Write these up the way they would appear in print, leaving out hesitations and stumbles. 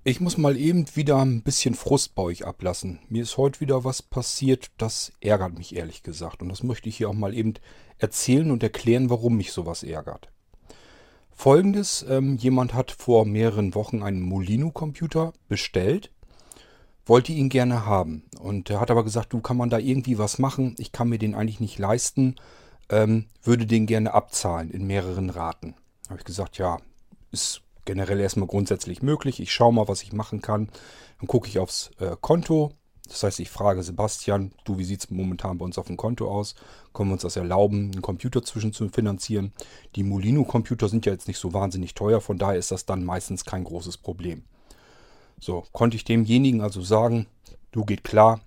Ich muss mal eben wieder ein bisschen Frust bei euch ablassen. Mir ist heute wieder was passiert, das ärgert mich ehrlich gesagt. Und das möchte ich hier auch mal eben erzählen und erklären, warum mich sowas ärgert. Folgendes, jemand hat vor mehreren Wochen einen Molino-Computer bestellt, wollte ihn gerne haben. Und er hat aber gesagt, du, kann man da irgendwie was machen? Ich kann mir den eigentlich nicht leisten, würde den gerne abzahlen in mehreren Raten. Habe ich gesagt, ja, ist generell erstmal grundsätzlich möglich. Ich schaue mal, was ich machen kann. Dann gucke ich aufs Konto. Das heißt, ich frage Sebastian, du, wie sieht es momentan bei uns auf dem Konto aus? Können wir uns das erlauben, einen Computer zwischen zu finanzieren? Die Molino-Computer sind ja jetzt nicht so wahnsinnig teuer, von daher ist das dann meistens kein großes Problem. So, konnte ich demjenigen also sagen, du, geht klar,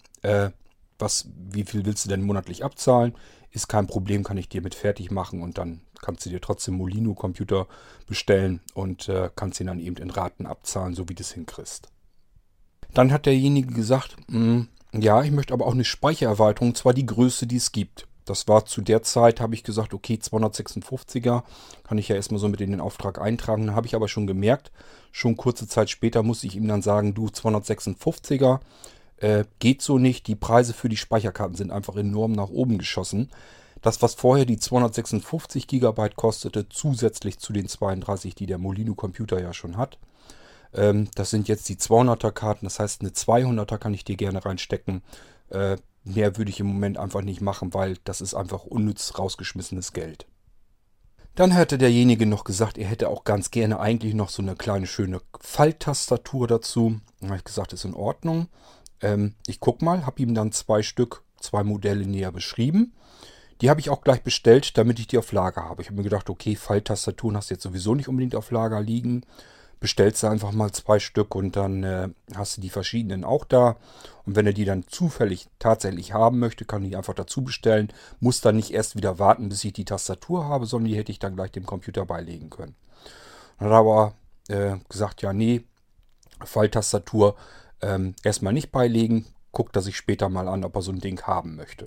wie viel willst du denn monatlich abzahlen? Ist kein Problem, kann ich dir mit fertig machen und dann kannst du dir trotzdem Molino-Computer bestellen und kannst ihn dann eben in Raten abzahlen, so wie du es hinkriegst. Dann hat derjenige gesagt, ja, ich möchte aber auch eine Speichererweiterung, zwar die größte, die es gibt. Das war zu der Zeit, habe ich gesagt, okay, 256er kann ich ja erstmal so mit in den Auftrag eintragen. Dann habe ich aber schon gemerkt, schon kurze Zeit später musste ich ihm dann sagen, du, 256er geht so nicht. Die Preise für die Speicherkarten sind einfach enorm nach oben geschossen. Das, was vorher die 256 Gigabyte kostete, zusätzlich zu den 32, die der Molino Computer ja schon hat, das sind jetzt die 200er Karten. Das heißt, eine 200er kann ich dir gerne reinstecken. Mehr würde ich im Moment einfach nicht machen, weil das ist einfach unnütz rausgeschmissenes Geld. Dann hätte derjenige noch gesagt, er hätte auch ganz gerne eigentlich noch so eine kleine schöne Falttastatur dazu. Dann habe ich gesagt, ist in Ordnung. Ich guck mal, habe ihm dann zwei Stück, zwei Modelle näher beschrieben. Die habe ich auch gleich bestellt, damit ich die auf Lager habe. Ich habe mir gedacht, okay, Falttastaturen hast du jetzt sowieso nicht unbedingt auf Lager liegen. Bestellst du einfach mal zwei Stück und dann hast du die verschiedenen auch da. Und wenn er die dann zufällig tatsächlich haben möchte, kann ich die einfach dazu bestellen. Muss dann nicht erst wieder warten, bis ich die Tastatur habe, sondern die hätte ich dann gleich dem Computer beilegen können. Dann hat er aber gesagt, ja, nee, Falltastatur erstmal nicht beilegen. Guckt er sich später mal an, ob er so ein Ding haben möchte.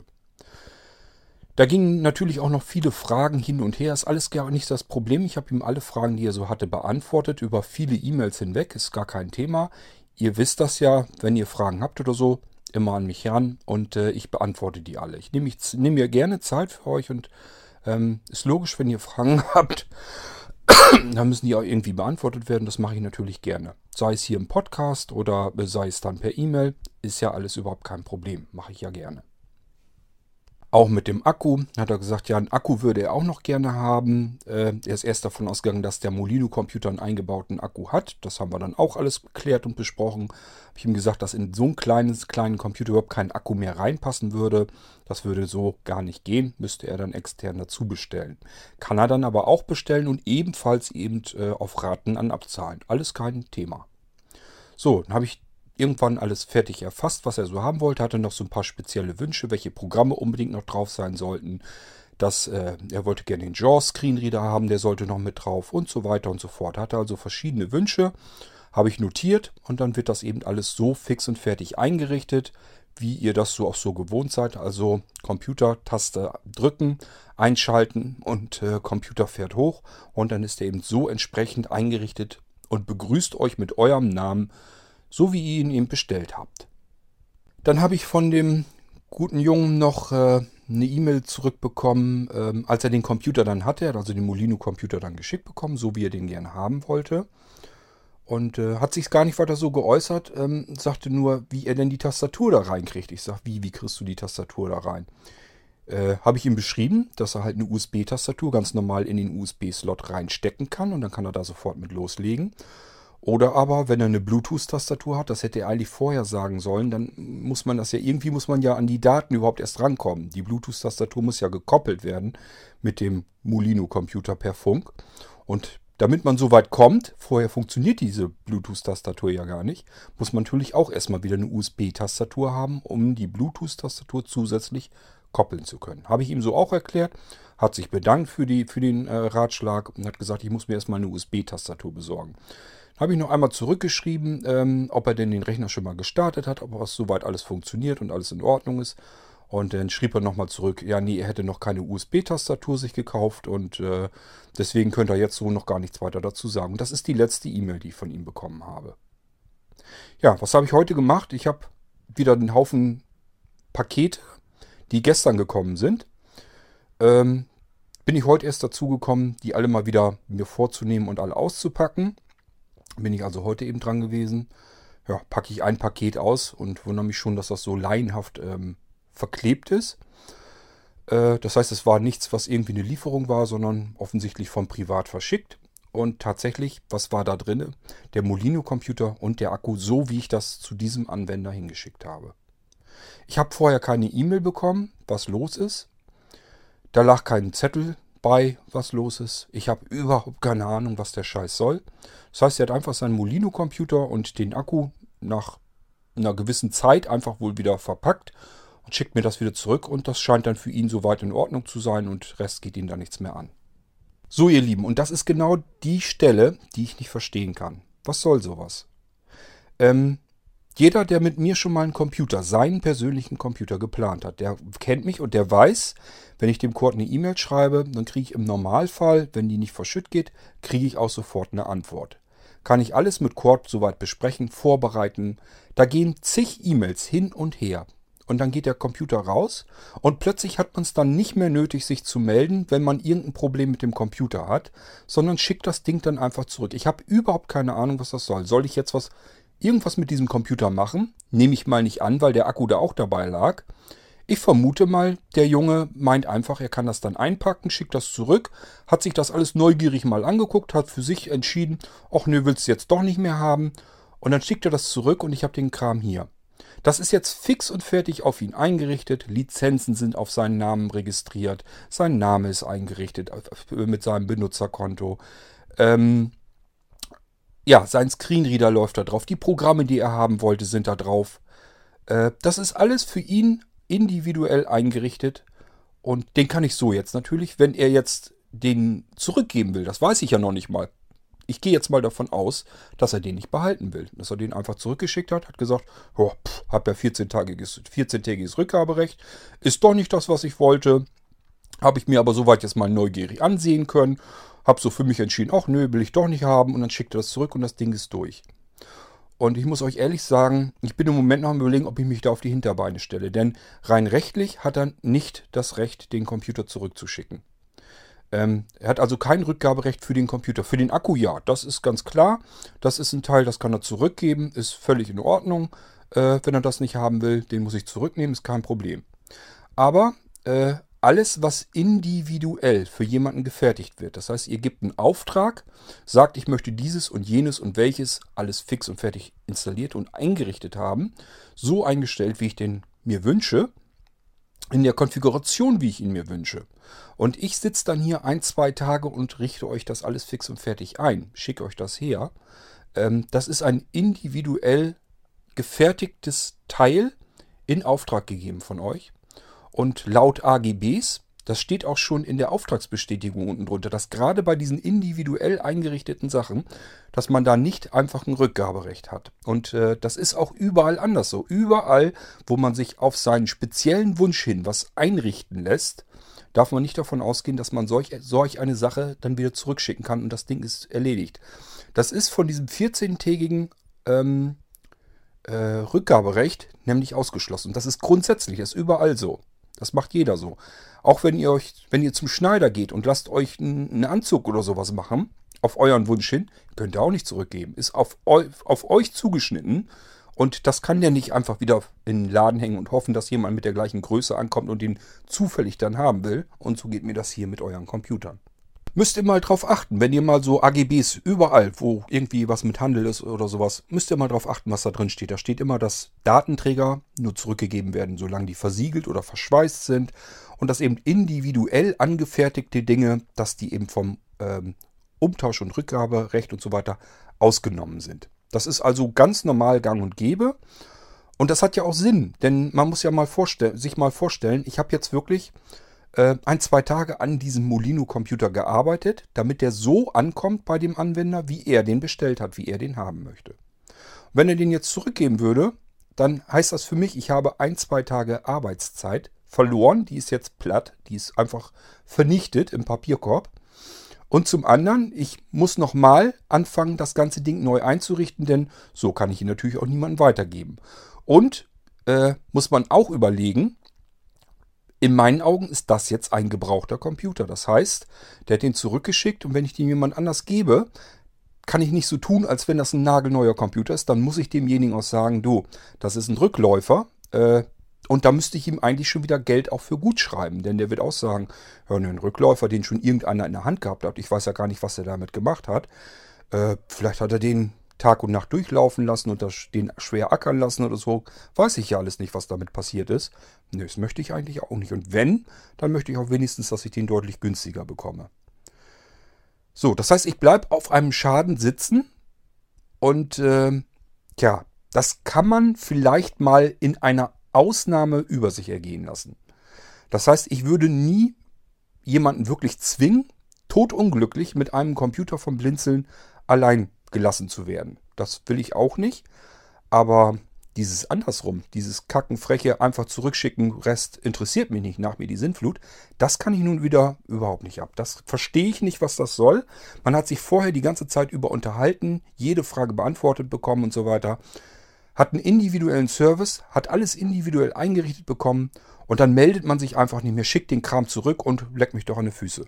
Da gingen natürlich auch noch viele Fragen hin und her. Ist alles gar nicht das Problem. Ich habe ihm alle Fragen, die er so hatte, beantwortet. Über viele E-Mails hinweg. Ist gar kein Thema. Ihr wisst das ja, wenn ihr Fragen habt oder so, immer an mich ran und ich beantworte die alle. Nehm mir gerne Zeit für euch und ist logisch, wenn ihr Fragen habt, dann müssen die auch irgendwie beantwortet werden. Das mache ich natürlich gerne. Sei es hier im Podcast oder sei es dann per E-Mail. Ist ja alles überhaupt kein Problem. Mache ich ja gerne. Auch mit dem Akku hat er gesagt, ja, einen Akku würde er auch noch gerne haben. Er ist erst davon ausgegangen, dass der Molino-Computer einen eingebauten Akku hat. Das haben wir dann auch alles geklärt und besprochen. Habe ich ihm gesagt, dass in so einen kleinen Computer überhaupt kein Akku mehr reinpassen würde. Das würde so gar nicht gehen. Müsste er dann extern dazu bestellen. Kann er dann aber auch bestellen und ebenfalls eben auf Raten an abzahlen. Alles kein Thema. So, dann habe ich irgendwann alles fertig erfasst, was er so haben wollte. Hatte noch so ein paar spezielle Wünsche, welche Programme unbedingt noch drauf sein sollten. Er wollte gerne den JAWS-Screenreader haben, der sollte noch mit drauf und so weiter und so fort. Hatte also verschiedene Wünsche, habe ich notiert und dann wird das eben alles so fix und fertig eingerichtet, wie ihr das so auch so gewohnt seid. Also Computertaste drücken, einschalten und Computer fährt hoch und dann ist er eben so entsprechend eingerichtet und begrüßt euch mit eurem Namen, so wie ihr ihn eben bestellt habt. Dann habe ich von dem guten Jungen noch eine E-Mail zurückbekommen, als er den Computer dann hatte. Er hat also den Molino-Computer dann geschickt bekommen, so wie er den gerne haben wollte. Und hat sich gar nicht weiter so geäußert, sagte nur, wie er denn die Tastatur da reinkriegt. Ich sage, wie kriegst du die Tastatur da rein? Habe ich ihm beschrieben, dass er halt eine USB-Tastatur ganz normal in den USB-Slot reinstecken kann und dann kann er da sofort mit loslegen. Oder aber, wenn er eine Bluetooth-Tastatur hat, das hätte er eigentlich vorher sagen sollen, dann muss man das ja, irgendwie muss man ja an die Daten überhaupt erst rankommen. Die Bluetooth-Tastatur muss ja gekoppelt werden mit dem Molino-Computer per Funk. Und damit man so weit kommt, vorher funktioniert diese Bluetooth-Tastatur ja gar nicht, muss man natürlich auch erstmal wieder eine USB-Tastatur haben, um die Bluetooth-Tastatur zusätzlich koppeln zu können. Habe ich ihm so auch erklärt, hat sich bedankt für den Ratschlag und hat gesagt, ich muss mir erstmal eine USB-Tastatur besorgen. Habe ich noch einmal zurückgeschrieben, ob er denn den Rechner schon mal gestartet hat, ob was soweit alles funktioniert und alles in Ordnung ist. Und dann schrieb er nochmal zurück, ja, nee, er hätte noch keine USB-Tastatur sich gekauft und deswegen könnte er jetzt so noch gar nichts weiter dazu sagen. Das ist die letzte E-Mail, die ich von ihm bekommen habe. Ja, was habe ich heute gemacht? Ich habe wieder einen Haufen Pakete, die gestern gekommen sind. Ähm, Bin ich heute erst dazu gekommen, die alle mal wieder mir vorzunehmen und alle auszupacken. Bin ich also heute eben dran gewesen. Ja, packe ich ein Paket aus und wundere mich schon, dass das so laienhaft verklebt ist. Das heißt, es war nichts, was irgendwie eine Lieferung war, sondern offensichtlich von privat verschickt. Und tatsächlich, was war da drin? Der Molino-Computer und der Akku, so wie ich das zu diesem Anwender hingeschickt habe. Ich habe vorher keine E-Mail bekommen, was los ist. Da lag kein Zettel bei, was los ist. Ich habe überhaupt keine Ahnung, was der Scheiß soll. Das heißt, er hat einfach seinen Molino-Computer und den Akku nach einer gewissen Zeit einfach wohl wieder verpackt und schickt mir das wieder zurück. Und das scheint dann für ihn soweit in Ordnung zu sein und Rest geht ihn da nichts mehr an. So, ihr Lieben, und das ist genau die Stelle, die ich nicht verstehen kann. Was soll sowas? Ähm, Jeder, der mit mir schon mal einen Computer, seinen persönlichen Computer geplant hat, der kennt mich und der weiß, wenn ich dem Kurt eine E-Mail schreibe, dann kriege ich im Normalfall, wenn die nicht verschütt geht, kriege ich auch sofort eine Antwort. Kann ich alles mit Kurt soweit besprechen, vorbereiten. Da gehen zig E-Mails hin und her. Und dann geht der Computer raus und plötzlich hat man es dann nicht mehr nötig, sich zu melden, wenn man irgendein Problem mit dem Computer hat, sondern schickt das Ding dann einfach zurück. Ich habe überhaupt keine Ahnung, was das soll. Soll ich jetzt irgendwas mit diesem Computer machen? Nehme ich mal nicht an, weil der Akku da auch dabei lag. Ich vermute mal, der Junge meint einfach, er kann das dann einpacken, schickt das zurück, hat sich das alles neugierig mal angeguckt, hat für sich entschieden, ach nö, willst du jetzt doch nicht mehr haben. Und dann schickt er das zurück und ich habe den Kram hier. Das ist jetzt fix und fertig auf ihn eingerichtet. Lizenzen sind auf seinen Namen registriert. Sein Name ist eingerichtet mit seinem Benutzerkonto. Ja, sein Screenreader läuft da drauf. Die Programme, die er haben wollte, sind da drauf. Das ist alles für ihn individuell eingerichtet. Und den kann ich so jetzt natürlich, wenn er jetzt den zurückgeben will, das weiß ich ja noch nicht mal. Ich gehe jetzt mal davon aus, dass er den nicht behalten will. Dass er den einfach zurückgeschickt hat gesagt, oh, hab ja 14-tägiges Rückgaberecht. Ist doch nicht das, was ich wollte. Habe ich mir aber soweit jetzt mal neugierig ansehen können. Habe so für mich entschieden, ach nö, will ich doch nicht haben. Und dann schickt er das zurück und das Ding ist durch. Und ich muss euch ehrlich sagen, ich bin im Moment noch am Überlegen, ob ich mich da auf die Hinterbeine stelle. Denn rein rechtlich hat er nicht das Recht, den Computer zurückzuschicken. Er hat also kein Rückgaberecht für den Computer. Für den Akku ja, das ist ganz klar. Das ist ein Teil, das kann er zurückgeben, ist völlig in Ordnung. Wenn er das nicht haben will, den muss ich zurücknehmen, ist kein Problem. Aber alles, was individuell für jemanden gefertigt wird, das heißt, ihr gebt einen Auftrag, sagt, ich möchte dieses und jenes und welches, alles fix und fertig installiert und eingerichtet haben, so eingestellt, wie ich den mir wünsche, in der Konfiguration, wie ich ihn mir wünsche. Und ich sitze dann hier 1-2 Tage und richte euch das alles fix und fertig ein. Schicke euch das her. Das ist ein individuell gefertigtes Teil in Auftrag gegeben von euch. Und laut AGBs, das steht auch schon in der Auftragsbestätigung unten drunter, dass gerade bei diesen individuell eingerichteten Sachen, dass man da nicht einfach ein Rückgaberecht hat. Und das ist auch überall anders so. Überall, wo man sich auf seinen speziellen Wunsch hin was einrichten lässt, darf man nicht davon ausgehen, dass man solch eine Sache dann wieder zurückschicken kann und das Ding ist erledigt. Das ist von diesem 14-tägigen Rückgaberecht nämlich ausgeschlossen. Das ist grundsätzlich, das ist überall so. Das macht jeder so. Auch wenn ihr zum Schneider geht und lasst euch einen Anzug oder sowas machen, auf euren Wunsch hin, könnt ihr auch nicht zurückgeben. Ist auf euch zugeschnitten und das kann der nicht einfach wieder in den Laden hängen und hoffen, dass jemand mit der gleichen Größe ankommt und den zufällig dann haben will. Und so geht mir das hier mit euren Computern. Müsst ihr mal drauf achten, wenn ihr mal so AGBs überall, wo irgendwie was mit Handel ist oder sowas, müsst ihr mal drauf achten, was da drin steht. Da steht immer, dass Datenträger nur zurückgegeben werden, solange die versiegelt oder verschweißt sind. Und dass eben individuell angefertigte Dinge, dass die eben vom Umtausch- und Rückgaberecht und so weiter ausgenommen sind. Das ist also ganz normal gang und gäbe. Und das hat ja auch Sinn, denn man muss ja mal sich mal vorstellen, ich habe jetzt wirklich 1-2 Tage an diesem Molino-Computer gearbeitet, damit der so ankommt bei dem Anwender, wie er den bestellt hat, wie er den haben möchte. Wenn er den jetzt zurückgeben würde, dann heißt das für mich, ich habe 1-2 Tage Arbeitszeit verloren. Die ist jetzt platt, die ist einfach vernichtet im Papierkorb. Und zum anderen, ich muss nochmal anfangen, das ganze Ding neu einzurichten, denn so kann ich ihn natürlich auch niemandem weitergeben. Und muss man auch überlegen, in meinen Augen ist das jetzt ein gebrauchter Computer. Das heißt, der hat den zurückgeschickt und wenn ich den jemand anders gebe, kann ich nicht so tun, als wenn das ein nagelneuer Computer ist. Dann muss ich demjenigen auch sagen, du, das ist ein Rückläufer. Und da müsste ich ihm eigentlich schon wieder Geld auch für gut schreiben. Denn der wird auch sagen, ja, einen Rückläufer, den schon irgendeiner in der Hand gehabt hat. Ich weiß ja gar nicht, was er damit gemacht hat. Vielleicht hat er den Tag und Nacht durchlaufen lassen und den schwer ackern lassen oder so. Weiß ich ja alles nicht, was damit passiert ist. Nö, das möchte ich eigentlich auch nicht. Und wenn, dann möchte ich auch wenigstens, dass ich den deutlich günstiger bekomme. So, das heißt, ich bleibe auf einem Schaden sitzen und ja, das kann man vielleicht mal in einer Ausnahme über sich ergehen lassen. Das heißt, ich würde nie jemanden wirklich zwingen, todunglücklich mit einem Computer vom Blinzeln allein gelassen zu werden. Das will ich auch nicht, aber dieses andersrum, dieses Kackenfreche einfach zurückschicken, Rest interessiert mich nicht, nach mir die Sinnflut, das kann ich nun wieder überhaupt nicht ab. Das verstehe ich nicht, was das soll. Man hat sich vorher die ganze Zeit über unterhalten, jede Frage beantwortet bekommen und so weiter. Hat einen individuellen Service, hat alles individuell eingerichtet bekommen und dann meldet man sich einfach nicht mehr, schickt den Kram zurück und leckt mich doch an die Füße.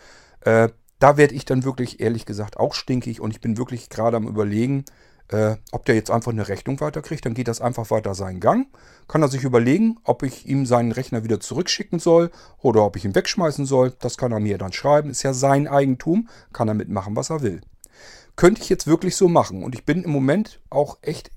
Da werde ich dann wirklich, ehrlich gesagt, auch stinkig und ich bin wirklich gerade am Überlegen, ob der jetzt einfach eine Rechnung weiterkriegt, dann geht das einfach weiter seinen Gang. Kann er sich überlegen, ob ich ihm seinen Rechner wieder zurückschicken soll oder ob ich ihn wegschmeißen soll. Das kann er mir dann schreiben. Ist ja sein Eigentum, kann er mitmachen, was er will. Könnte ich jetzt wirklich so machen und ich bin im Moment auch echt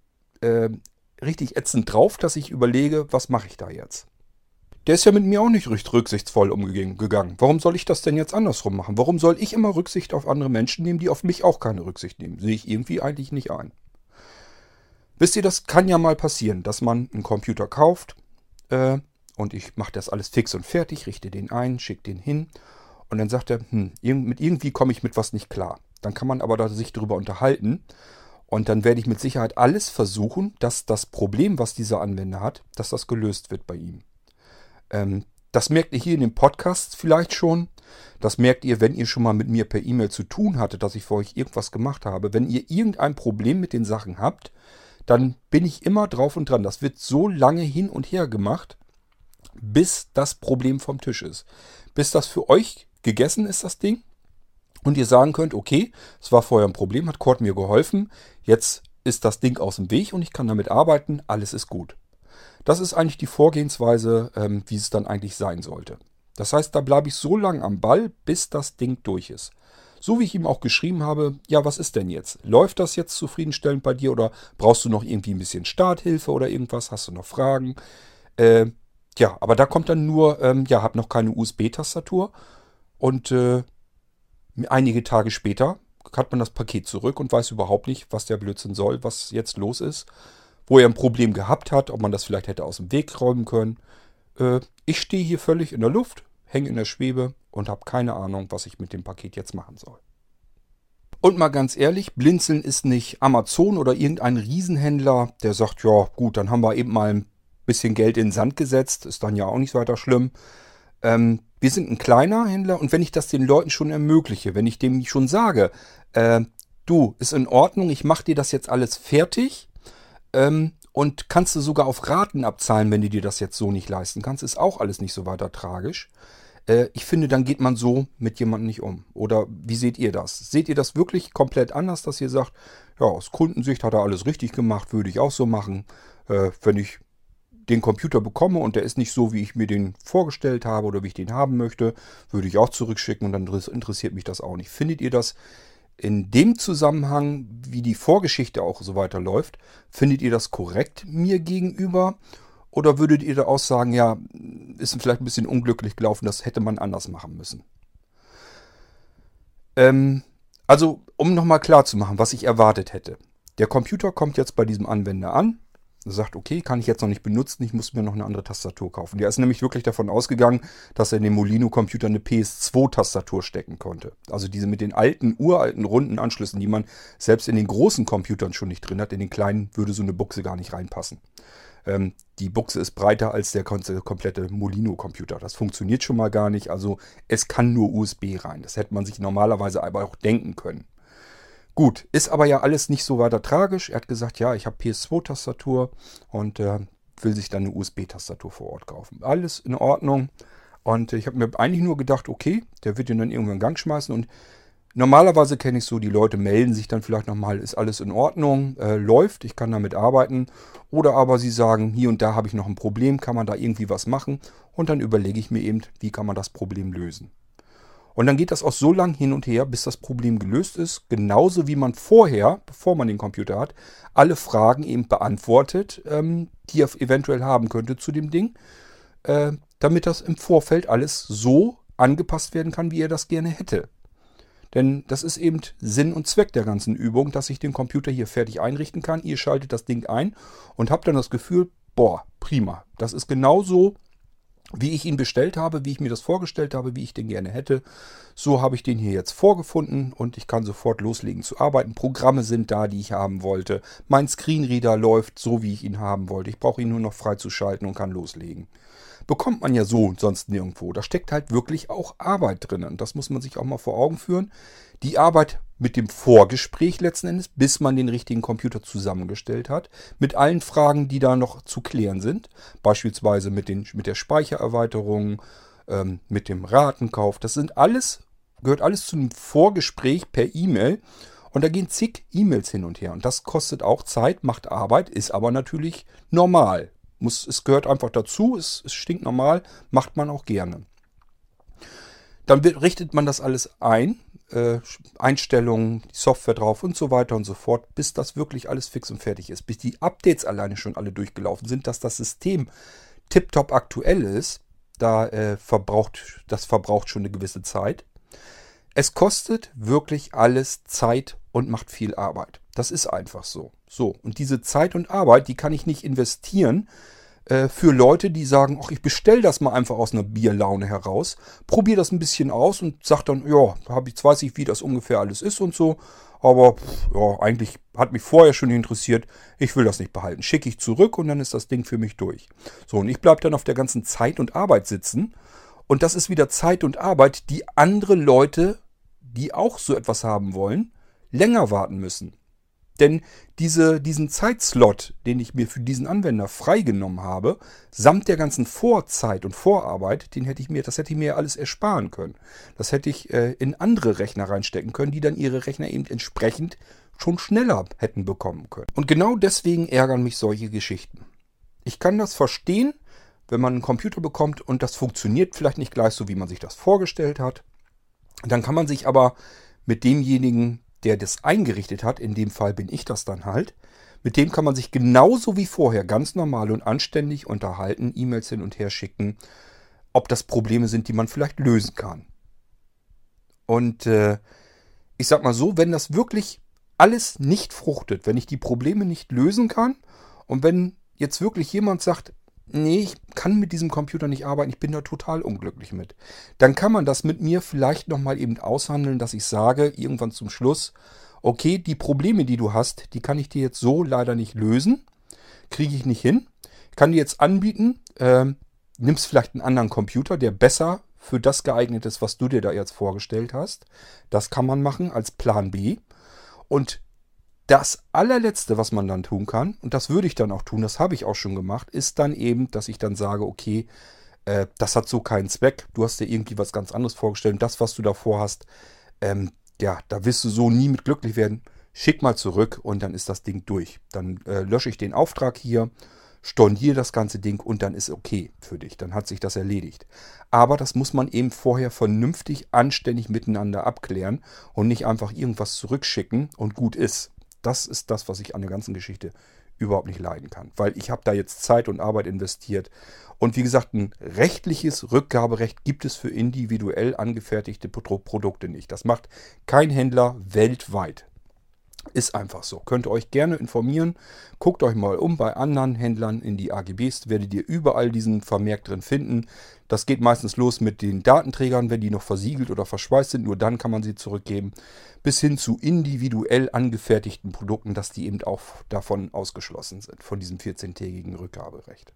richtig ätzend drauf, dass ich überlege, was mache ich da jetzt? Der ist ja mit mir auch nicht recht rücksichtsvoll umgegangen. Warum soll ich das denn jetzt andersrum machen? Warum soll ich immer Rücksicht auf andere Menschen nehmen, die auf mich auch keine Rücksicht nehmen? Sehe ich irgendwie eigentlich nicht ein. Wisst ihr, das kann ja mal passieren, dass man einen Computer kauft und ich mache das alles fix und fertig, richte den ein, schicke den hin und dann sagt er, irgendwie komme ich mit was nicht klar. Dann kann man aber sich darüber unterhalten und dann werde ich mit Sicherheit alles versuchen, dass das Problem, was dieser Anwender hat, dass das gelöst wird bei ihm. Das merkt ihr hier in dem Podcast vielleicht schon. Das merkt ihr, wenn ihr schon mal mit mir per E-Mail zu tun hattet, dass ich für euch irgendwas gemacht habe. Wenn ihr irgendein Problem mit den Sachen habt, dann bin ich immer drauf und dran. Das wird so lange hin und her gemacht, bis das Problem vom Tisch ist. Bis das für euch gegessen ist, das Ding. Und ihr sagen könnt, okay, es war vorher ein Problem, hat Kurt mir geholfen. Jetzt ist das Ding aus dem Weg und ich kann damit arbeiten. Alles ist gut. Das ist eigentlich die Vorgehensweise, wie es dann eigentlich sein sollte. Das heißt, da bleibe ich so lange am Ball, bis das Ding durch ist. So wie ich ihm auch geschrieben habe, ja, was ist denn jetzt? Läuft das jetzt zufriedenstellend bei dir oder brauchst du noch irgendwie ein bisschen Starthilfe oder irgendwas? Hast du noch Fragen? Ja, aber da kommt dann nur, ja, hab noch keine USB-Tastatur und einige Tage später hat man das Paket zurück und weiß überhaupt nicht, was der Blödsinn soll, was jetzt los ist, wo er ein Problem gehabt hat, ob man das vielleicht hätte aus dem Weg räumen können. Ich stehe hier völlig in der Luft, hänge in der Schwebe und habe keine Ahnung, was ich mit dem Paket jetzt machen soll. Und mal ganz ehrlich, Blinzeln ist nicht Amazon oder irgendein Riesenhändler, der sagt, ja gut, dann haben wir eben mal ein bisschen Geld in den Sand gesetzt, ist dann ja auch nicht weiter schlimm. Wir sind ein kleiner Händler und wenn ich das den Leuten schon ermögliche, wenn ich dem schon sage, du, ist in Ordnung, ich mache dir das jetzt alles fertig und kannst du sogar auf Raten abzahlen, wenn du dir das jetzt so nicht leisten kannst, ist auch alles nicht so weiter tragisch. Ich finde, dann geht man so mit jemandem nicht um. Oder wie seht ihr das? Seht ihr das wirklich komplett anders, dass ihr sagt, ja, aus Kundensicht hat er alles richtig gemacht, würde ich auch so machen. Wenn ich den Computer bekomme und der ist nicht so, wie ich mir den vorgestellt habe oder wie ich den haben möchte, würde ich auch zurückschicken und dann interessiert mich das auch nicht. Findet ihr das in dem Zusammenhang, wie die Vorgeschichte auch so weiterläuft, findet ihr das korrekt mir gegenüber? Oder würdet ihr da auch sagen, ja, ist vielleicht ein bisschen unglücklich gelaufen, das hätte man anders machen müssen? Also, um nochmal klar zu machen, was ich erwartet hätte. Der Computer kommt jetzt bei diesem Anwender an. Er sagt, okay, kann ich jetzt noch nicht benutzen, ich muss mir noch eine andere Tastatur kaufen. Der ist nämlich wirklich davon ausgegangen, dass er in den Molino-Computer eine PS2-Tastatur stecken konnte. Also diese mit den alten, uralten, runden Anschlüssen, die man selbst in den großen Computern schon nicht drin hat. In den kleinen würde so eine Buchse gar nicht reinpassen. Die Buchse ist breiter als der komplette Molino-Computer. Das funktioniert schon mal gar nicht. Also es kann nur USB rein. Das hätte man sich normalerweise aber auch denken können. Gut, ist aber ja alles nicht so weiter tragisch. Er hat gesagt, ja, ich habe PS2-Tastatur und will sich dann eine USB-Tastatur vor Ort kaufen. Alles in Ordnung. Und ich habe mir eigentlich nur gedacht, okay, der wird ihn dann irgendwann in Gang schmeißen. Und normalerweise kenne ich so, die Leute melden sich dann vielleicht nochmal, ist alles in Ordnung, läuft, ich kann damit arbeiten. Oder aber sie sagen, hier und da habe ich noch ein Problem, kann man da irgendwie was machen? Und dann überlege ich mir eben, wie kann man das Problem lösen. Und dann geht das auch so lang hin und her, bis das Problem gelöst ist. Genauso wie man vorher, bevor man den Computer hat, alle Fragen eben beantwortet, die er eventuell haben könnte zu dem Ding, damit das im Vorfeld alles so angepasst werden kann, wie er das gerne hätte. Denn das ist eben Sinn und Zweck der ganzen Übung, dass ich den Computer hier fertig einrichten kann. Ihr schaltet das Ding ein und habt dann das Gefühl, boah, prima. Das ist genauso, wie ich ihn bestellt habe, wie ich mir das vorgestellt habe, wie ich den gerne hätte. So habe ich den hier jetzt vorgefunden und ich kann sofort loslegen zu arbeiten. Programme sind da, die ich haben wollte. Mein Screenreader läuft so, wie ich ihn haben wollte. Ich brauche ihn nur noch freizuschalten und kann loslegen. Bekommt man ja so sonst nirgendwo. Da steckt halt wirklich auch Arbeit drin. Und das muss man sich auch mal vor Augen führen. Die Arbeit mit dem Vorgespräch letzten Endes, bis man den richtigen Computer zusammengestellt hat. Mit allen Fragen, die da noch zu klären sind. Beispielsweise mit der Speichererweiterung, mit dem Ratenkauf. Das gehört alles zu einem Vorgespräch per E-Mail. Und da gehen zig E-Mails hin und her. Und das kostet auch Zeit, macht Arbeit, ist aber natürlich normal. Es gehört einfach dazu, es stinkt normal, macht man auch gerne. Dann richtet man das alles ein, Einstellungen, die Software drauf und so weiter und so fort, bis das wirklich alles fix und fertig ist. Bis die Updates alleine schon alle durchgelaufen sind, dass das System tiptop aktuell ist, das verbraucht schon eine gewisse Zeit. Es kostet wirklich alles Zeit und macht viel Arbeit. Das ist einfach so. So, und diese Zeit und Arbeit, die kann ich nicht investieren für Leute, die sagen, ach, ich bestelle das mal einfach aus einer Bierlaune heraus, probiere das ein bisschen aus und sage dann, ja, jetzt weiß ich, wie das ungefähr alles ist und so. Aber ja, eigentlich hat mich vorher schon interessiert, ich will das nicht behalten. Schicke ich zurück und dann ist das Ding für mich durch. So, und ich bleibe dann auf der ganzen Zeit und Arbeit sitzen. Und das ist wieder Zeit und Arbeit, die andere Leute, die auch so etwas haben wollen, länger warten müssen. Denn diesen Zeitslot, den ich mir für diesen Anwender freigenommen habe, samt der ganzen Vorzeit und Vorarbeit, das hätte ich mir alles ersparen können. Das hätte ich in andere Rechner reinstecken können, die dann ihre Rechner eben entsprechend schon schneller hätten bekommen können. Und genau deswegen ärgern mich solche Geschichten. Ich kann das verstehen, wenn man einen Computer bekommt und das funktioniert vielleicht nicht gleich so, wie man sich das vorgestellt hat. Dann kann man sich aber mit demjenigen, der das eingerichtet hat, in dem Fall bin ich das dann halt, mit dem kann man sich genauso wie vorher ganz normal und anständig unterhalten, E-Mails hin und her schicken, ob das Probleme sind, die man vielleicht lösen kann. Und ich sag mal so, wenn das wirklich alles nicht fruchtet, wenn ich die Probleme nicht lösen kann und wenn jetzt wirklich jemand sagt, nee, ich kann mit diesem Computer nicht arbeiten, ich bin da total unglücklich mit. Dann kann man das mit mir vielleicht nochmal eben aushandeln, dass ich sage, irgendwann zum Schluss, okay, die Probleme, die du hast, die kann ich dir jetzt so leider nicht lösen, kriege ich nicht hin. Ich kann dir jetzt anbieten, nimmst vielleicht einen anderen Computer, der besser für das geeignet ist, was du dir da jetzt vorgestellt hast. Das kann man machen als Plan B. Und das allerletzte, was man dann tun kann, und das würde ich dann auch tun, das habe ich auch schon gemacht, ist dann eben, dass ich dann sage, okay, das hat so keinen Zweck, du hast dir irgendwie was ganz anderes vorgestellt und das, was du davor hast, ja, da wirst du so nie mit glücklich werden. Schick mal zurück und dann ist das Ding durch. Dann lösche ich den Auftrag hier, storniere das ganze Ding und dann ist okay für dich. Dann hat sich das erledigt. Aber das muss man eben vorher vernünftig, anständig miteinander abklären und nicht einfach irgendwas zurückschicken und gut ist. Das ist das, was ich an der ganzen Geschichte überhaupt nicht leiden kann. Weil ich habe da jetzt Zeit und Arbeit investiert. Und wie gesagt, ein rechtliches Rückgaberecht gibt es für individuell angefertigte Produkte nicht. Das macht kein Händler weltweit. Ist einfach so. Könnt ihr euch gerne informieren. Guckt euch mal um bei anderen Händlern in die AGBs. Werdet ihr überall diesen Vermerk drin finden. Das geht meistens los mit den Datenträgern, wenn die noch versiegelt oder verschweißt sind. Nur dann kann man sie zurückgeben. Bis hin zu individuell angefertigten Produkten, dass die eben auch davon ausgeschlossen sind, von diesem 14-tägigen Rückgaberecht.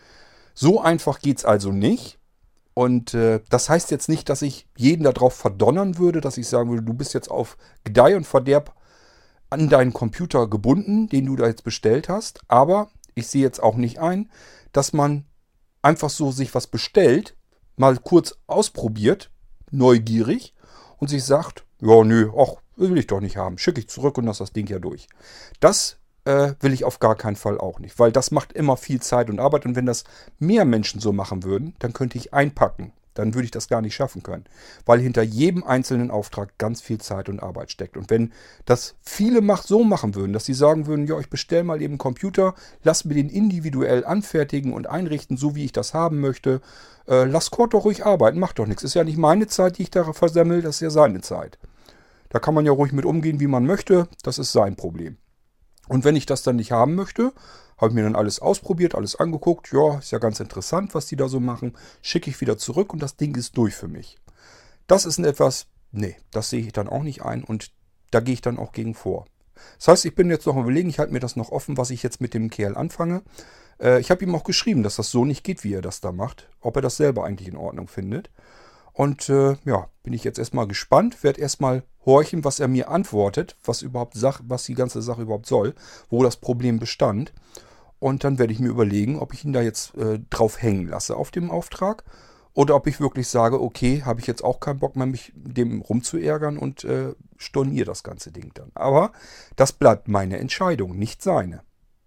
So einfach geht es also nicht. Und das heißt jetzt nicht, dass ich jeden darauf verdonnern würde, dass ich sagen würde, du bist jetzt auf Gedeih und Verderb an deinen Computer gebunden, den du da jetzt bestellt hast. Aber ich sehe jetzt auch nicht ein, dass man einfach so sich was bestellt, mal kurz ausprobiert, neugierig und sich sagt, ja, nö, ach, will ich doch nicht haben. Schicke ich zurück und lass das Ding ja durch. Das will ich auf gar keinen Fall auch nicht, weil das macht immer viel Zeit und Arbeit. Und wenn das mehr Menschen so machen würden, dann könnte ich einpacken. Dann würde ich das gar nicht schaffen können, weil hinter jedem einzelnen Auftrag ganz viel Zeit und Arbeit steckt. Und wenn das viele so machen würden, dass sie sagen würden, ja, ich bestelle mal eben einen Computer, lass mir den individuell anfertigen und einrichten, so wie ich das haben möchte, lass Kurt doch ruhig arbeiten, macht doch nichts. Ist ja nicht meine Zeit, die ich da versemmel, das ist ja seine Zeit. Da kann man ja ruhig mit umgehen, wie man möchte, das ist sein Problem. Und wenn ich das dann nicht haben möchte, habe ich mir dann alles ausprobiert, alles angeguckt. Ja, ist ja ganz interessant, was die da so machen. Schicke ich wieder zurück und das Ding ist durch für mich. Das ist etwas, nee, das sehe ich dann auch nicht ein und da gehe ich dann auch gegen vor. Das heißt, ich bin jetzt noch am Überlegen, ich halte mir das noch offen, was ich jetzt mit dem Kerl anfange. Ich habe ihm auch geschrieben, dass das so nicht geht, wie er das da macht. Ob er das selber eigentlich in Ordnung findet. Und ja, bin ich jetzt erstmal gespannt, werde erstmal horchen, was er mir antwortet, was die ganze Sache überhaupt soll, wo das Problem bestand. Und dann werde ich mir überlegen, ob ich ihn da jetzt drauf hängen lasse auf dem Auftrag oder ob ich wirklich sage, okay, habe ich jetzt auch keinen Bock mehr, mich dem rumzuärgern und storniere das ganze Ding dann. Aber das bleibt meine Entscheidung, nicht seine.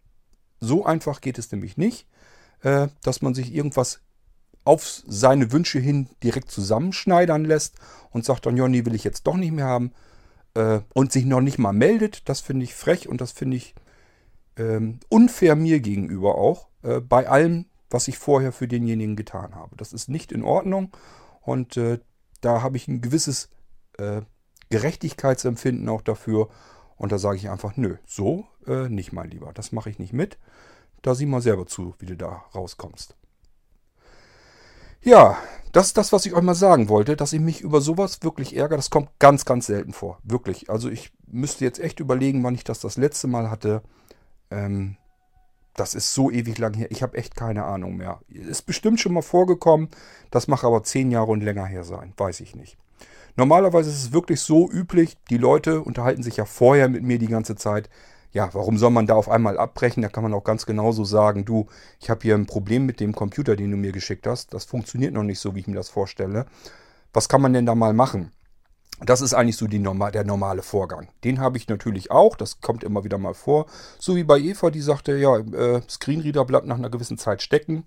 So einfach geht es nämlich nicht, dass man sich irgendwas auf seine Wünsche hin direkt zusammenschneidern lässt und sagt dann, ja, nee, will ich jetzt doch nicht mehr haben und sich noch nicht mal meldet. Das finde ich frech und das finde ich unfair mir gegenüber auch, bei allem, was ich vorher für denjenigen getan habe. Das ist nicht in Ordnung und da habe ich ein gewisses Gerechtigkeitsempfinden auch dafür und da sage ich einfach, nö, so nicht, mein Lieber, das mache ich nicht mit. Da sieh mal selber zu, wie du da rauskommst. Ja, das ist das, was ich euch mal sagen wollte, dass ich mich über sowas wirklich ärgere. Das kommt ganz, ganz selten vor. Wirklich. Also ich müsste jetzt echt überlegen, wann ich das letzte Mal hatte. Das ist so ewig lang her. Ich habe echt keine Ahnung mehr. Ist bestimmt schon mal vorgekommen. Das mag aber 10 Jahre und länger her sein. Weiß ich nicht. Normalerweise ist es wirklich so üblich. Die Leute unterhalten sich ja vorher mit mir die ganze Zeit. Ja, warum soll man da auf einmal abbrechen? Da kann man auch ganz genauso sagen, du, ich habe hier ein Problem mit dem Computer, den du mir geschickt hast. Das funktioniert noch nicht so, wie ich mir das vorstelle. Was kann man denn da mal machen? Das ist eigentlich so der normale Vorgang. Den habe ich natürlich auch, das kommt immer wieder mal vor. So wie bei Eva, die sagte, ja, Screenreader bleibt nach einer gewissen Zeit stecken.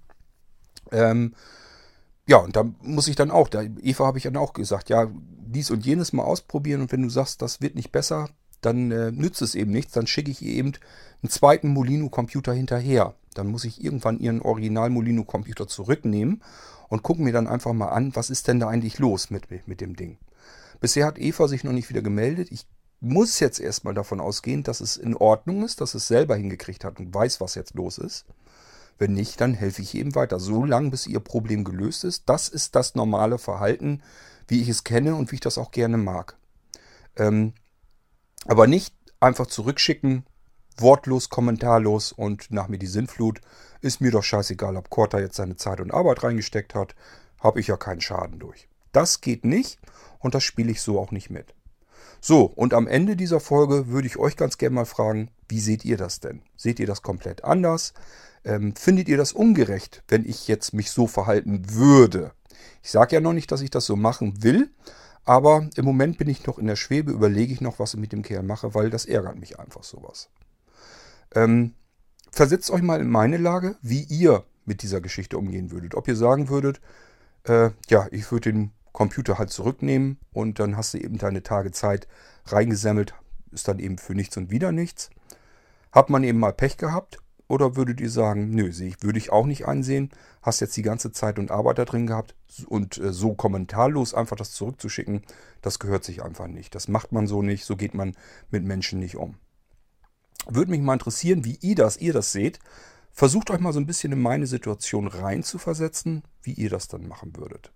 Ja, und da muss ich dann auch, Eva habe ich dann auch gesagt, ja, dies und jenes mal ausprobieren und wenn du sagst, das wird nicht besser, dann nützt es eben nichts. Dann schicke ich ihr eben einen zweiten Molino-Computer hinterher. Dann muss ich irgendwann ihren Original-Molino-Computer zurücknehmen und gucke mir dann einfach mal an, was ist denn da eigentlich los mit dem Ding. Bisher hat Eva sich noch nicht wieder gemeldet. Ich muss jetzt erstmal davon ausgehen, dass es in Ordnung ist, dass es selber hingekriegt hat und weiß, was jetzt los ist. Wenn nicht, dann helfe ich ihr eben weiter. So lange, bis ihr Problem gelöst ist. Das ist das normale Verhalten, wie ich es kenne und wie ich das auch gerne mag. Aber nicht einfach zurückschicken, wortlos, kommentarlos und nach mir die Sinnflut. Ist mir doch scheißegal, ob Kurt da jetzt seine Zeit und Arbeit reingesteckt hat. Habe ich ja keinen Schaden durch. Das geht nicht und das spiele ich so auch nicht mit. So, und am Ende dieser Folge würde ich euch ganz gerne mal fragen, wie seht ihr das denn? Seht ihr das komplett anders? Findet ihr das ungerecht, wenn ich jetzt mich so verhalten würde? Ich sage ja noch nicht, dass ich das so machen will, aber im Moment bin ich noch in der Schwebe, überlege ich noch, was ich mit dem Kerl mache, weil das ärgert mich einfach sowas. Versetzt euch mal in meine Lage, wie ihr mit dieser Geschichte umgehen würdet. Ob ihr sagen würdet, ja, ich würde den Computer halt zurücknehmen und dann hast du eben deine Tage Zeit reingesammelt, ist dann eben für nichts und wieder nichts. Hat man eben mal Pech gehabt Oder würdet ihr sagen, nö, würde ich auch nicht einsehen. Hast jetzt die ganze Zeit und Arbeit da drin gehabt und so kommentarlos einfach das zurückzuschicken, das gehört sich einfach nicht. Das macht man so nicht, so geht man mit Menschen nicht um. Würde mich mal interessieren, wie ihr das seht. Versucht euch mal so ein bisschen in meine Situation rein zu versetzen, wie ihr das dann machen würdet.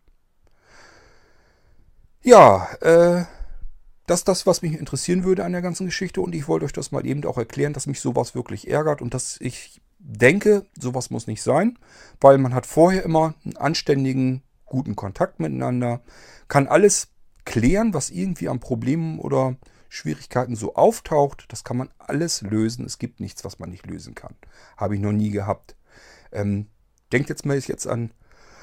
Ja, das ist das, was mich interessieren würde an der ganzen Geschichte. Und ich wollte euch das mal eben auch erklären, dass mich sowas wirklich ärgert und dass ich denke, sowas muss nicht sein, weil man hat vorher immer einen anständigen, guten Kontakt miteinander, kann alles klären, was irgendwie an Problemen oder Schwierigkeiten so auftaucht. Das kann man alles lösen. Es gibt nichts, was man nicht lösen kann. Habe ich noch nie gehabt. Denkt jetzt an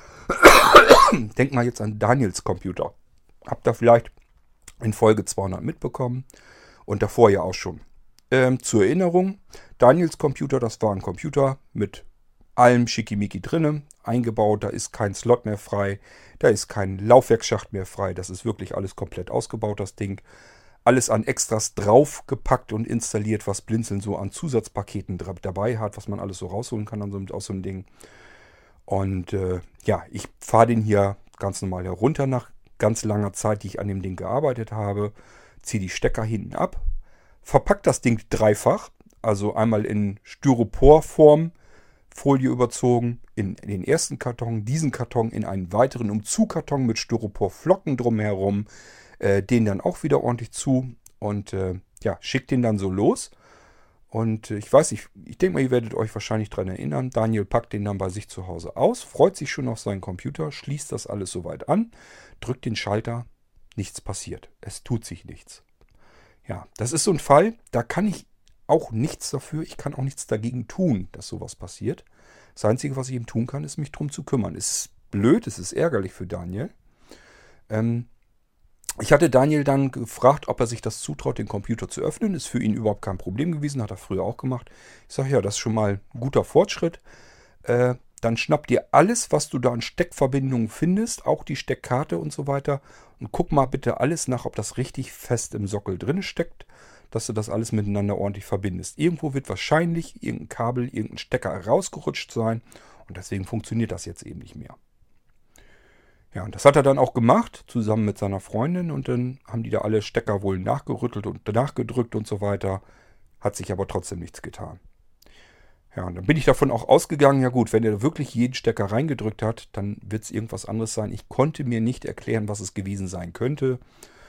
Daniels Computer. Habt ihr vielleicht in Folge 200 mitbekommen und davor ja auch schon. Zur Erinnerung, Daniels Computer, das war ein Computer mit allem Schickimicki drinne, eingebaut, da ist kein Slot mehr frei, da ist kein Laufwerksschacht mehr frei, das ist wirklich alles komplett ausgebaut, das Ding. Alles an Extras draufgepackt und installiert, was Blinzeln so an Zusatzpaketen dabei hat, was man alles so rausholen kann aus so einem Ding. Und ja, ich fahre den hier ganz normal herunter nach ganz langer Zeit, die ich an dem Ding gearbeitet habe. Ziehe die Stecker hinten ab, verpackt das Ding dreifach, also einmal in Styroporform, Folie überzogen, in den ersten Karton, diesen Karton in einen weiteren Umzugkarton mit Styroporflocken drumherum, den dann auch wieder ordentlich zu und ja, schickt den dann so los. Und ich weiß nicht, ich denke mal, ihr werdet euch wahrscheinlich daran erinnern. Daniel packt den dann bei sich zu Hause aus, freut sich schon auf seinen Computer, schließt das alles soweit an, drückt den Schalter, nichts passiert. Es tut sich nichts. Ja, das ist so ein Fall, da kann ich auch nichts dafür, ich kann auch nichts dagegen tun, dass sowas passiert. Das Einzige, was ich ihm tun kann, ist mich drum zu kümmern. Es ist blöd, es ist ärgerlich für Daniel. Ich hatte Daniel dann gefragt, ob er sich das zutraut, den Computer zu öffnen. Ist für ihn überhaupt kein Problem gewesen, hat er früher auch gemacht. Ich sage, ja, das ist schon mal ein guter Fortschritt. Dann schnapp dir alles, was du da an Steckverbindungen findest, auch die Steckkarte und so weiter. Und guck mal bitte alles nach, ob das richtig fest im Sockel drin steckt, dass du das alles miteinander ordentlich verbindest. Irgendwo wird wahrscheinlich irgendein Kabel, irgendein Stecker rausgerutscht sein. Und deswegen funktioniert das jetzt eben nicht mehr. Ja, und das hat er dann auch gemacht, zusammen mit seiner Freundin. Und dann haben die da alle Stecker wohl nachgerüttelt und nachgedrückt und so weiter. Hat sich aber trotzdem nichts getan. Ja, und dann bin ich davon auch ausgegangen, ja gut, wenn er wirklich jeden Stecker reingedrückt hat, dann wird es irgendwas anderes sein. Ich konnte mir nicht erklären, was es gewesen sein könnte.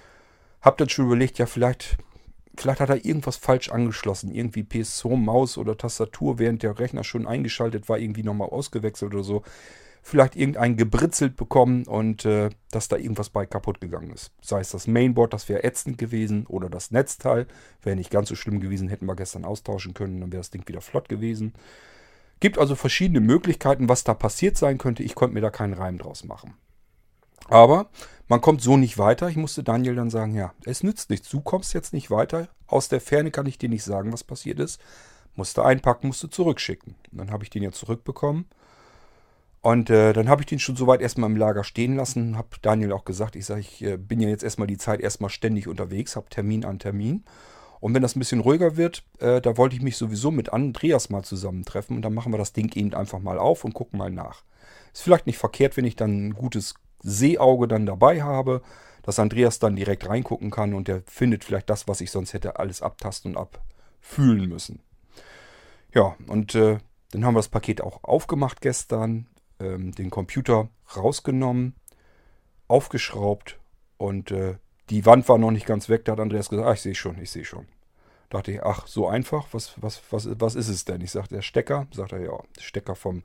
Hab dann schon überlegt, ja vielleicht hat er irgendwas falsch angeschlossen. Irgendwie PSO, Maus oder Tastatur, während der Rechner schon eingeschaltet war, irgendwie nochmal ausgewechselt oder so. Vielleicht irgendein gebritzelt bekommen und dass da irgendwas bei kaputt gegangen ist. Sei es das Mainboard, das wäre ätzend gewesen, oder das Netzteil. Wäre nicht ganz so schlimm gewesen, hätten wir gestern austauschen können, dann wäre das Ding wieder flott gewesen. Gibt also verschiedene Möglichkeiten, was da passiert sein könnte. Ich konnte mir da keinen Reim draus machen. Aber man kommt so nicht weiter. Ich musste Daniel dann sagen, ja, es nützt nichts. Du kommst jetzt nicht weiter. Aus der Ferne kann ich dir nicht sagen, was passiert ist. Musste einpacken, musste zurückschicken. Und dann habe ich den ja zurückbekommen. Und dann habe ich den schon soweit erstmal im Lager stehen lassen. Habe Daniel auch gesagt, ich sage, ich bin ja jetzt erstmal die Zeit erstmal ständig unterwegs, habe Termin an Termin. Und wenn das ein bisschen ruhiger wird, da wollte ich mich sowieso mit Andreas mal zusammentreffen. Und dann machen wir das Ding eben einfach mal auf und gucken mal nach. Ist vielleicht nicht verkehrt, wenn ich dann ein gutes Sehauge dann dabei habe, dass Andreas dann direkt reingucken kann und der findet vielleicht das, was ich sonst hätte alles abtasten und abfühlen müssen. Ja, und dann haben wir das Paket auch aufgemacht gestern, den Computer rausgenommen, aufgeschraubt und die Wand war noch nicht ganz weg. Da hat Andreas gesagt, ich sehe schon. Dachte ich, ach, so einfach, was ist es denn? Ich sagte, der Stecker, sagt er, ja, der Stecker vom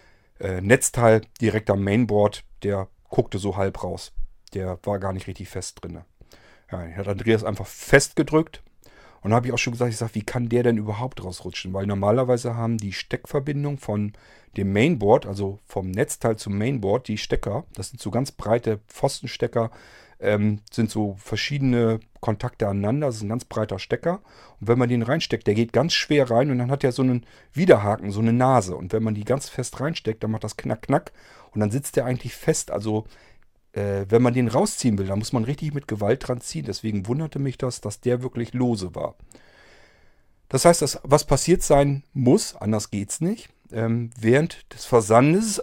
Netzteil direkt am Mainboard, der guckte so halb raus. Der war gar nicht richtig fest drin. Ja, den hat Andreas einfach festgedrückt. Und da habe ich auch schon gesagt, ich sage, wie kann der denn überhaupt rausrutschen? Weil normalerweise haben die Steckverbindung von dem Mainboard, also vom Netzteil zum Mainboard, die Stecker, das sind so ganz breite Pfostenstecker, sind so verschiedene Kontakte aneinander, das ist ein ganz breiter Stecker. Und wenn man den reinsteckt, der geht ganz schwer rein und dann hat er so einen Widerhaken, so eine Nase. Und wenn man die ganz fest reinsteckt, dann macht das knack, knack und dann sitzt der eigentlich fest. Also wenn man den rausziehen will, dann muss man richtig mit Gewalt dran ziehen. Deswegen wunderte mich das, dass der wirklich lose war. Das heißt, was passiert sein muss, anders geht's nicht, während des Versandes,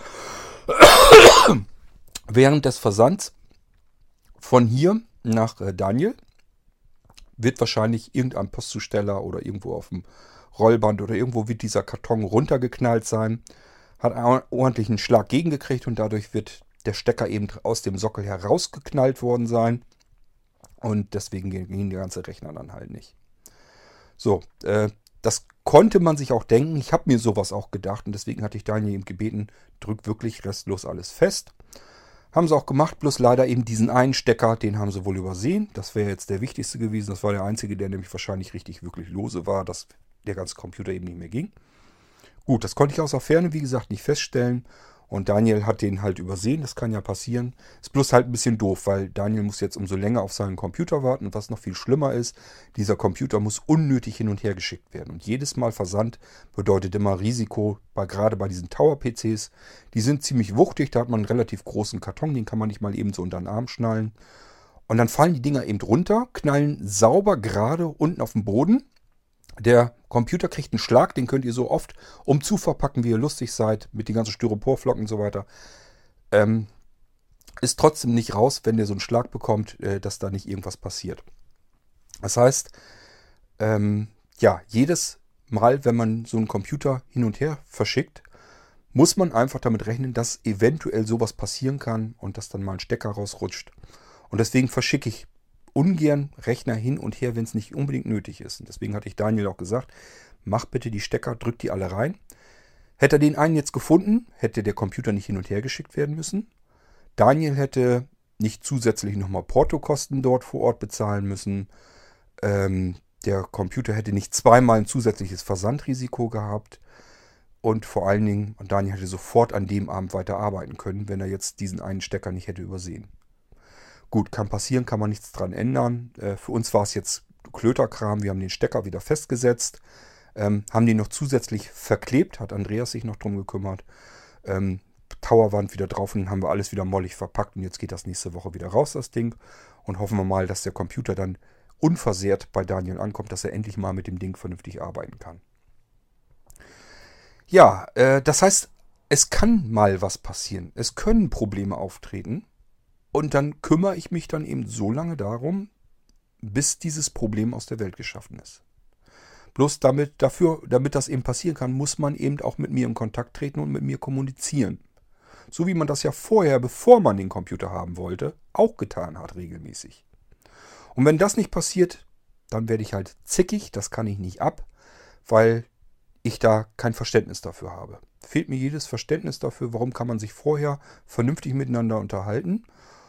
während des Versands von hier nach Daniel wird wahrscheinlich irgendein Postzusteller oder irgendwo auf dem Rollband oder irgendwo wird dieser Karton runtergeknallt sein, hat einen ordentlichen Schlag gegengekriegt und dadurch wird der Stecker eben aus dem Sockel herausgeknallt worden sein und deswegen ging der ganze Rechner dann halt nicht. So, das konnte man sich auch denken. Ich habe mir sowas auch gedacht und deswegen hatte ich Daniel eben gebeten, drück wirklich restlos alles fest. Haben sie auch gemacht, bloß leider eben diesen einen Stecker, den haben sie wohl übersehen. Das wäre jetzt der wichtigste gewesen. Das war der einzige, der nämlich wahrscheinlich richtig wirklich lose war, dass der ganze Computer eben nicht mehr ging. Gut, das konnte ich aus der Ferne, wie gesagt, nicht feststellen. Und Daniel hat den halt übersehen, das kann ja passieren. Ist bloß halt ein bisschen doof, weil Daniel muss jetzt umso länger auf seinen Computer warten. Und was noch viel schlimmer ist, dieser Computer muss unnötig hin und her geschickt werden. Und jedes Mal Versand bedeutet immer Risiko, gerade bei diesen Tower-PCs. Die sind ziemlich wuchtig, da hat man einen relativ großen Karton, den kann man nicht mal eben so unter den Arm schnallen. Und dann fallen die Dinger eben runter, knallen sauber gerade unten auf den Boden. Der Computer kriegt einen Schlag, den könnt ihr so oft umzuverpacken, wie ihr lustig seid, mit den ganzen Styroporflocken und so weiter. Ist trotzdem nicht raus, wenn der so einen Schlag bekommt, dass da nicht irgendwas passiert. Das heißt, jedes Mal, wenn man so einen Computer hin und her verschickt, muss man einfach damit rechnen, dass eventuell sowas passieren kann und dass dann mal ein Stecker rausrutscht. Und deswegen verschicke ich ungern Rechner hin und her, wenn es nicht unbedingt nötig ist. Und deswegen hatte ich Daniel auch gesagt, mach bitte die Stecker, drück die alle rein. Hätte er den einen jetzt gefunden, hätte der Computer nicht hin und her geschickt werden müssen. Daniel hätte nicht zusätzlich nochmal Portokosten dort vor Ort bezahlen müssen. Der Computer hätte nicht zweimal ein zusätzliches Versandrisiko gehabt. Und vor allen Dingen, Daniel hätte sofort an dem Abend weiter arbeiten können, wenn er jetzt diesen einen Stecker nicht hätte übersehen. Gut, kann passieren, kann man nichts dran ändern. Für uns war es jetzt Klöterkram. Wir haben den Stecker wieder festgesetzt, haben den noch zusätzlich verklebt, hat Andreas sich noch drum gekümmert. Towerwand wieder drauf und dann haben wir alles wieder mollig verpackt und jetzt geht das nächste Woche wieder raus, das Ding. Und hoffen wir mal, dass der Computer dann unversehrt bei Daniel ankommt, dass er endlich mal mit dem Ding vernünftig arbeiten kann. Ja, das heißt, es kann mal was passieren. Es können Probleme auftreten. Und dann kümmere ich mich dann eben so lange darum, bis dieses Problem aus der Welt geschaffen ist. Bloß damit das eben passieren kann, muss man eben auch mit mir in Kontakt treten und mit mir kommunizieren. So wie man das ja vorher, bevor man den Computer haben wollte, auch getan hat regelmäßig. Und wenn das nicht passiert, dann werde ich halt zickig, das kann ich nicht ab, weil ich da kein Verständnis dafür habe. Fehlt mir jedes Verständnis dafür, warum kann man sich vorher vernünftig miteinander unterhalten.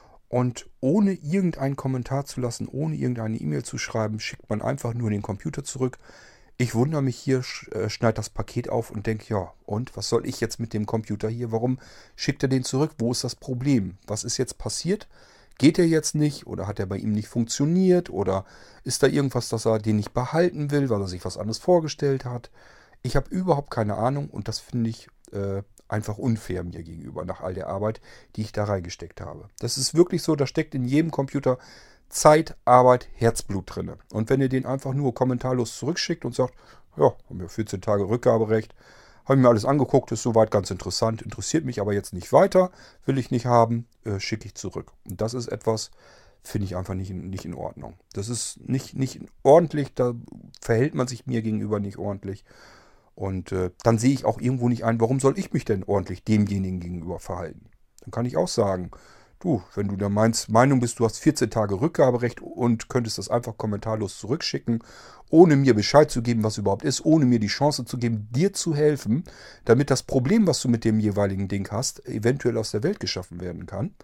Und ohne irgendeinen Kommentar zu lassen, ohne irgendeine E-Mail zu schreiben, schickt man einfach nur den Computer zurück. Ich wundere mich hier, schneide das Paket auf und denke, ja, und was soll ich jetzt mit dem Computer hier? Warum schickt er den zurück? Wo ist das Problem? Was ist jetzt passiert? Geht er jetzt nicht oder hat er bei ihm nicht funktioniert? Oder ist da irgendwas, dass er den nicht behalten will, weil er sich was anderes vorgestellt hat? Ich habe überhaupt keine Ahnung und das finde ich einfach unfair mir gegenüber nach all der Arbeit, die ich da reingesteckt habe. Das ist wirklich so, da steckt in jedem Computer Zeit, Arbeit, Herzblut drin. Und wenn ihr den einfach nur kommentarlos zurückschickt und sagt, ja, haben wir 14 Tage Rückgaberecht, habe ich mir alles angeguckt, ist soweit ganz interessant, interessiert mich aber jetzt nicht weiter, will ich nicht haben, schicke ich zurück. Und das ist etwas, finde ich einfach nicht in Ordnung. Das ist nicht ordentlich, da verhält man sich mir gegenüber nicht ordentlich. Und dann sehe ich auch irgendwo nicht ein, warum soll ich mich denn ordentlich demjenigen gegenüber verhalten? Dann kann ich auch sagen, du, wenn du der Meinung bist, du hast 14 Tage Rückgaberecht und könntest das einfach kommentarlos zurückschicken, ohne mir Bescheid zu geben, was überhaupt ist, ohne mir die Chance zu geben, dir zu helfen, damit das Problem, was du mit dem jeweiligen Ding hast, eventuell aus der Welt geschaffen werden kann.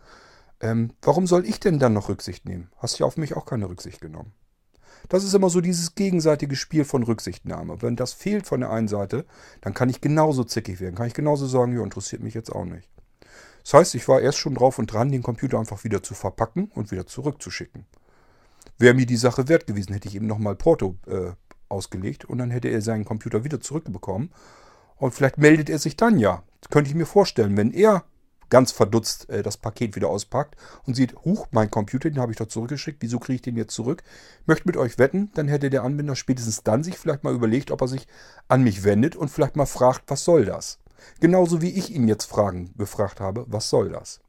Warum soll ich denn dann noch Rücksicht nehmen? Hast ja auf mich auch keine Rücksicht genommen. Das ist immer so dieses gegenseitige Spiel von Rücksichtnahme. Wenn das fehlt von der einen Seite, dann kann ich genauso zickig werden. Kann ich genauso sagen, ja, interessiert mich jetzt auch nicht. Das heißt, ich war erst schon drauf und dran, den Computer einfach wieder zu verpacken und wieder zurückzuschicken. Wäre mir die Sache wert gewesen, hätte ich eben nochmal Porto ausgelegt und dann hätte er seinen Computer wieder zurückbekommen. Und vielleicht meldet er sich dann ja. Das könnte ich mir vorstellen, wenn er ganz verdutzt das Paket wieder auspackt und sieht, huch, mein Computer, den habe ich doch zurückgeschickt, wieso kriege ich den jetzt zurück? Möchte mit euch wetten, dann hätte der Anwender spätestens dann sich vielleicht mal überlegt, ob er sich an mich wendet und vielleicht mal fragt, was soll das? Genauso wie ich ihn jetzt gefragt habe, was soll das?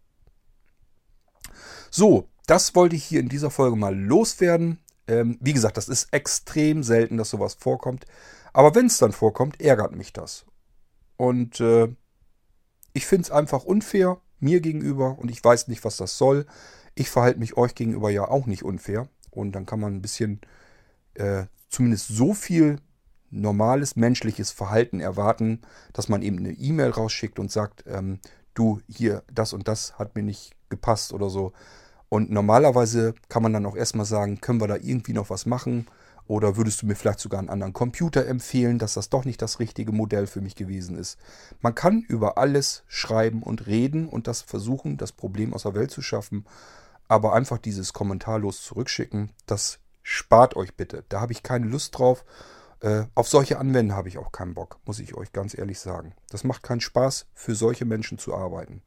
So, das wollte ich hier in dieser Folge mal loswerden. Wie gesagt, das ist extrem selten, dass sowas vorkommt. Aber wenn es dann vorkommt, ärgert mich das. Und ich finde es einfach unfair mir gegenüber und ich weiß nicht, was das soll. Ich verhalte mich euch gegenüber ja auch nicht unfair. Und dann kann man ein bisschen zumindest so viel normales menschliches Verhalten erwarten, dass man eben eine E-Mail rausschickt und sagt, du, hier, das und das hat mir nicht gepasst oder so. Und normalerweise kann man dann auch erstmal sagen, können wir da irgendwie noch was machen? Oder würdest du mir vielleicht sogar einen anderen Computer empfehlen, dass das doch nicht das richtige Modell für mich gewesen ist? Man kann über alles schreiben und reden und das versuchen, das Problem aus der Welt zu schaffen. Aber einfach dieses kommentarlos zurückschicken, das spart euch bitte. Da habe ich keine Lust drauf. Auf solche Anwender habe ich auch keinen Bock, muss ich euch ganz ehrlich sagen. Das macht keinen Spaß, für solche Menschen zu arbeiten.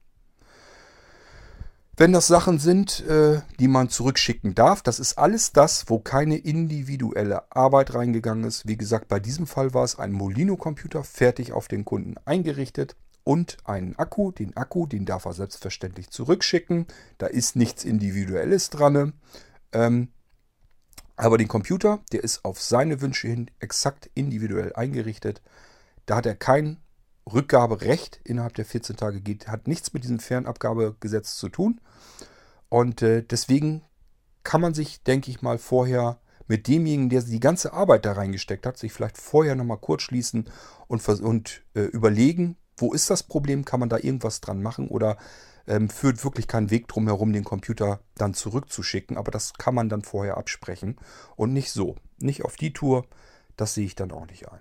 Wenn das Sachen sind, die man zurückschicken darf, das ist alles das, wo keine individuelle Arbeit reingegangen ist. Wie gesagt, bei diesem Fall war es ein Molino-Computer, fertig auf den Kunden eingerichtet und einen Akku. Den Akku, den darf er selbstverständlich zurückschicken. Da ist nichts Individuelles dran. Aber den Computer, der ist auf seine Wünsche hin exakt individuell eingerichtet. Da hat er kein Rückgaberecht innerhalb der 14 Tage, hat nichts mit diesem Fernabgabegesetz zu tun. Und deswegen kann man sich, denke ich mal, vorher mit demjenigen, der die ganze Arbeit da reingesteckt hat, sich vielleicht vorher nochmal kurz schließen und überlegen, wo ist das Problem, kann man da irgendwas dran machen oder führt wirklich keinen Weg drum herum, den Computer dann zurückzuschicken. Aber das kann man dann vorher absprechen und nicht so. Nicht auf die Tour, das sehe ich dann auch nicht ein.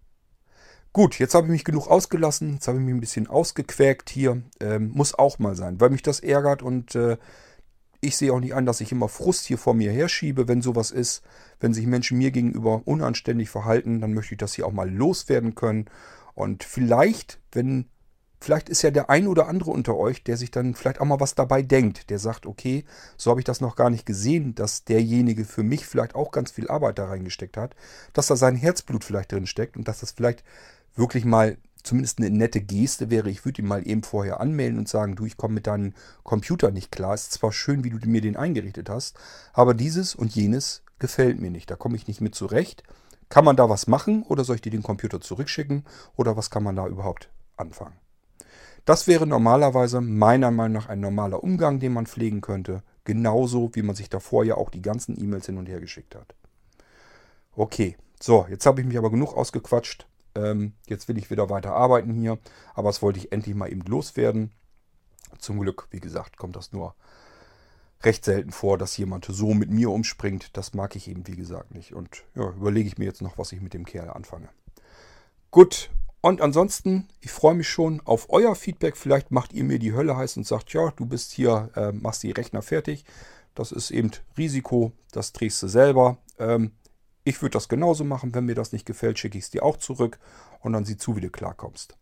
Gut, jetzt habe ich mich genug ausgelassen, jetzt habe ich mich ein bisschen ausgequäkt hier. Muss auch mal sein, weil mich das ärgert und ich sehe auch nicht ein, dass ich immer Frust hier vor mir herschiebe, wenn sowas ist. Wenn sich Menschen mir gegenüber unanständig verhalten, dann möchte ich das hier auch mal loswerden können. Und vielleicht ist ja der ein oder andere unter euch, der sich dann vielleicht auch mal was dabei denkt. Der sagt, okay, so habe ich das noch gar nicht gesehen, dass derjenige für mich vielleicht auch ganz viel Arbeit da reingesteckt hat. Dass da sein Herzblut vielleicht drin steckt und dass das vielleicht wirklich mal zumindest eine nette Geste wäre. Ich würde ihn mal eben vorher anmelden und sagen, du, ich komme mit deinem Computer nicht klar. Ist zwar schön, wie du mir den eingerichtet hast, aber dieses und jenes gefällt mir nicht. Da komme ich nicht mit zurecht. Kann man da was machen oder soll ich dir den Computer zurückschicken oder was kann man da überhaupt anfangen? Das wäre normalerweise meiner Meinung nach ein normaler Umgang, den man pflegen könnte. Genauso, wie man sich davor ja auch die ganzen E-Mails hin und her geschickt hat. Okay, so, jetzt habe ich mich aber genug ausgequatscht. Jetzt will ich wieder weiter arbeiten hier. Aber das wollte ich endlich mal eben loswerden. Zum Glück, wie gesagt, kommt das nur recht selten vor, dass jemand so mit mir umspringt. Das mag ich eben, wie gesagt, nicht. Und ja, überlege ich mir jetzt noch, was ich mit dem Kerl anfange. Gut. Und ansonsten, ich freue mich schon auf euer Feedback. Vielleicht macht ihr mir die Hölle heiß und sagt, ja, du bist hier, machst die Rechner fertig. Das ist eben Risiko, das trägst du selber. Ich würde das genauso machen. Wenn mir das nicht gefällt, schicke ich es dir auch zurück und dann sieh zu, wie du klarkommst.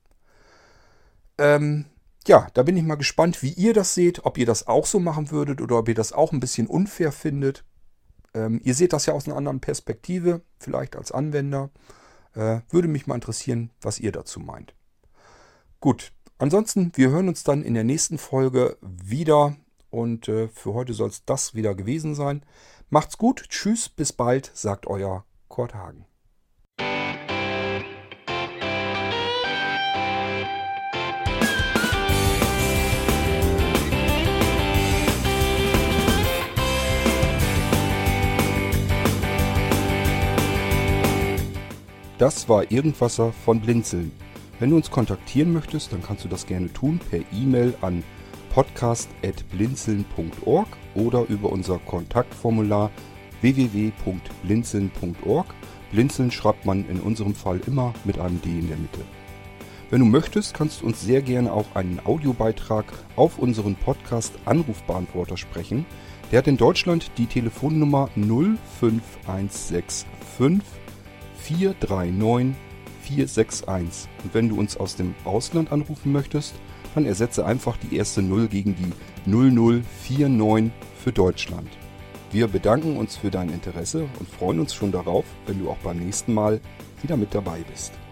Ja, da bin ich mal gespannt, wie ihr das seht. Ob ihr das auch so machen würdet oder ob ihr das auch ein bisschen unfair findet. Ihr seht das ja aus einer anderen Perspektive, vielleicht als Anwender. Würde mich mal interessieren, was ihr dazu meint. Gut, ansonsten, wir hören uns dann in der nächsten Folge wieder. Und für heute soll es das wieder gewesen sein. Macht's gut, tschüss, bis bald, sagt euer Kurt Hagen. Das war Irgendwasser von Blinzeln. Wenn du uns kontaktieren möchtest, dann kannst du das gerne tun per E-Mail an podcast@blinzeln.org oder über unser Kontaktformular www.blinzeln.org. Blinzeln schreibt man in unserem Fall immer mit einem D in der Mitte. Wenn du möchtest, kannst du uns sehr gerne auch einen Audiobeitrag auf unseren Podcast Anrufbeantworter sprechen. Der hat in Deutschland die Telefonnummer 05165 439 461. Und wenn du uns aus dem Ausland anrufen möchtest, dann ersetze einfach die erste 0 gegen die 0049 für Deutschland. Wir bedanken uns für dein Interesse und freuen uns schon darauf, wenn du auch beim nächsten Mal wieder mit dabei bist.